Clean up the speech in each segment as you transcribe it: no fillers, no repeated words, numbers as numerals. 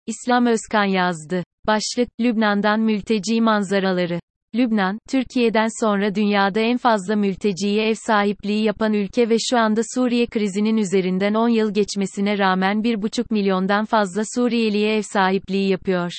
İslam Özkan yazdı. Başlık, Lübnan'dan mülteci manzaraları. Lübnan, Türkiye'den sonra dünyada en fazla mülteciye ev sahipliği yapan ülke ve şu anda Suriye krizinin üzerinden 10 yıl geçmesine rağmen 1,5 milyondan fazla Suriyeliye ev sahipliği yapıyor.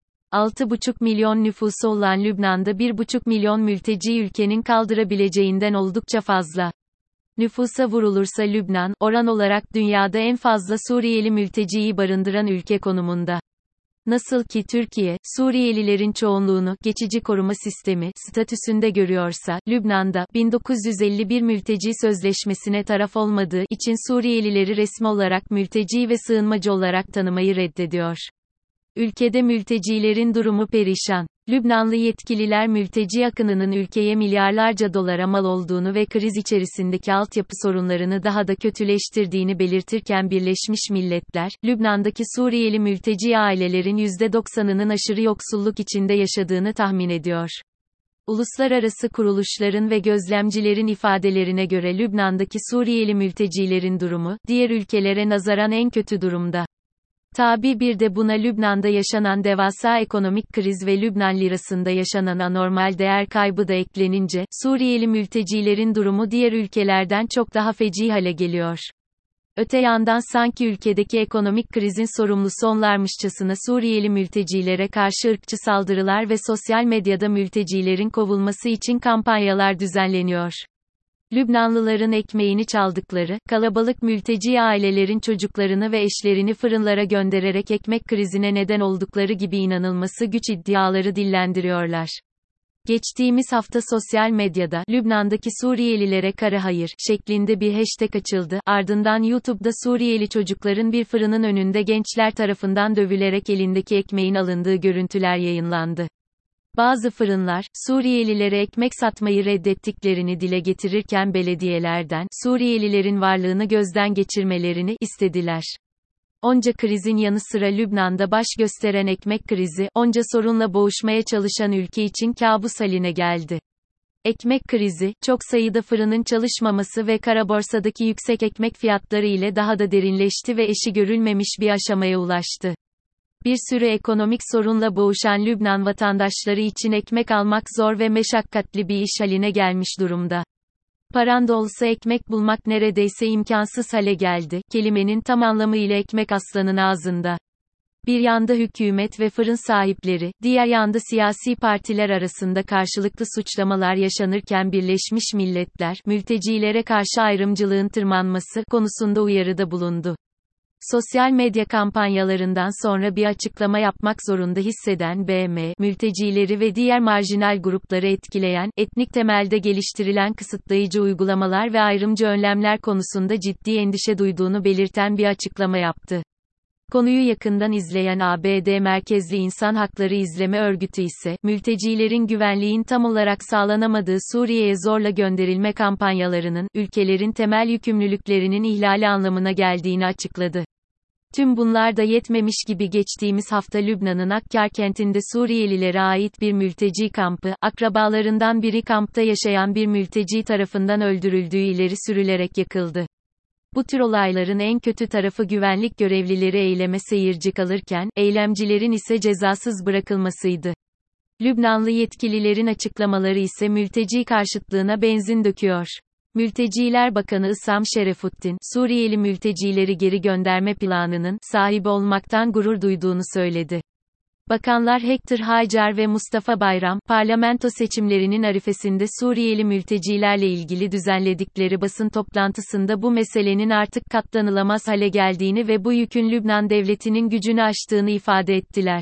6,5 milyon nüfusu olan Lübnan'da 1,5 milyon mülteci ülkenin kaldırabileceğinden oldukça fazla. Nüfusa vurulursa Lübnan, oran olarak dünyada en fazla Suriyeli mülteciyi barındıran ülke konumunda. Nasıl ki Türkiye, Suriyelilerin çoğunluğunu, geçici koruma sistemi, statüsünde görüyorsa, Lübnan'da, 1951 mülteci sözleşmesine taraf olmadığı için Suriyelileri resmi olarak mülteci ve sığınmacı olarak tanımayı reddediyor. Ülkede mültecilerin durumu perişan. Lübnanlı yetkililer mülteci akınının ülkeye milyarlarca dolara mal olduğunu ve kriz içerisindeki altyapı sorunlarını daha da kötüleştirdiğini belirtirken Birleşmiş Milletler, Lübnan'daki Suriyeli mülteci ailelerin %90'ının aşırı yoksulluk içinde yaşadığını tahmin ediyor. Uluslararası kuruluşların ve gözlemcilerin ifadelerine göre Lübnan'daki Suriyeli mültecilerin durumu, diğer ülkelere nazaran en kötü durumda. Tabii bir de buna Lübnan'da yaşanan devasa ekonomik kriz ve Lübnan lirasında yaşanan anormal değer kaybı da eklenince, Suriyeli mültecilerin durumu diğer ülkelerden çok daha feci hale geliyor. Öte yandan sanki ülkedeki ekonomik krizin sorumlusu onlarmışçasına Suriyeli mültecilere karşı ırkçı saldırılar ve sosyal medyada mültecilerin kovulması için kampanyalar düzenleniyor. Lübnanlıların ekmeğini çaldıkları, kalabalık mülteci ailelerin çocuklarını ve eşlerini fırınlara göndererek ekmek krizine neden oldukları gibi inanılması güç iddiaları dillendiriyorlar. Geçtiğimiz hafta sosyal medyada, Lübnan'daki Suriyelilere kara hayır, şeklinde bir hashtag açıldı, ardından YouTube'da Suriyeli çocukların bir fırının önünde gençler tarafından dövülerek elindeki ekmeğin alındığı görüntüler yayınlandı. Bazı fırınlar, Suriyelilere ekmek satmayı reddettiklerini dile getirirken belediyelerden, Suriyelilerin varlığını gözden geçirmelerini istediler. Onca krizin yanı sıra Lübnan'da baş gösteren ekmek krizi, onca sorunla boğuşmaya çalışan ülke için kabus haline geldi. Ekmek krizi, çok sayıda fırının çalışmaması ve kara borsadaki yüksek ekmek fiyatları ile daha da derinleşti ve eşi görülmemiş bir aşamaya ulaştı. Bir sürü ekonomik sorunla boğuşan Lübnan vatandaşları için ekmek almak zor ve meşakkatli bir iş haline gelmiş durumda. Paran da olsa ekmek bulmak neredeyse imkansız hale geldi, kelimenin tam anlamıyla ekmek aslanın ağzında. Bir yanda hükümet ve fırın sahipleri, diğer yanda siyasi partiler arasında karşılıklı suçlamalar yaşanırken Birleşmiş Milletler, mültecilere karşı ayrımcılığın tırmanması konusunda uyarıda bulundu. Sosyal medya kampanyalarından sonra bir açıklama yapmak zorunda hisseden BM, mültecileri ve diğer marjinal grupları etkileyen, etnik temelde geliştirilen kısıtlayıcı uygulamalar ve ayrımcı önlemler konusunda ciddi endişe duyduğunu belirten bir açıklama yaptı. Konuyu yakından izleyen ABD merkezli İnsan Hakları İzleme Örgütü ise, mültecilerin güvenliğin tam olarak sağlanamadığı Suriye'ye zorla gönderilme kampanyalarının, ülkelerin temel yükümlülüklerinin ihlali anlamına geldiğini açıkladı. Tüm bunlar da yetmemiş gibi geçtiğimiz hafta Lübnan'ın Akkar kentinde Suriyelilere ait bir mülteci kampı, akrabalarından biri kampta yaşayan bir mülteci tarafından öldürüldüğü ileri sürülerek yakıldı. Bu tür olayların en kötü tarafı güvenlik görevlileri eyleme seyirci kalırken, eylemcilerin ise cezasız bırakılmasıydı. Lübnanlı yetkililerin açıklamaları ise mülteci karşıtlığına benzin döküyor. Mülteciler Bakanı Issam Şerefuddin, Suriyeli mültecileri geri gönderme planının, sahibi olmaktan gurur duyduğunu söyledi. Bakanlar Hector Hajar ve Mustafa Bayram, parlamento seçimlerinin arifesinde Suriyeli mültecilerle ilgili düzenledikleri basın toplantısında bu meselenin artık katlanılamaz hale geldiğini ve bu yükün Lübnan devletinin gücünü aştığını ifade ettiler.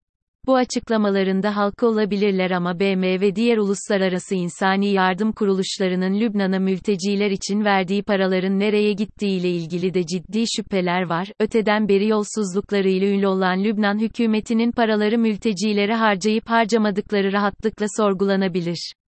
Bu açıklamalarında halka olabilirler ama BM ve diğer uluslararası insani yardım kuruluşlarının Lübnan'a mülteciler için verdiği paraların nereye gittiği ile ilgili de ciddi şüpheler var. Öteden beri yolsuzluklarıyla ünlü olan Lübnan hükümetinin paraları mültecilere harcayıp harcamadıkları rahatlıkla sorgulanabilir.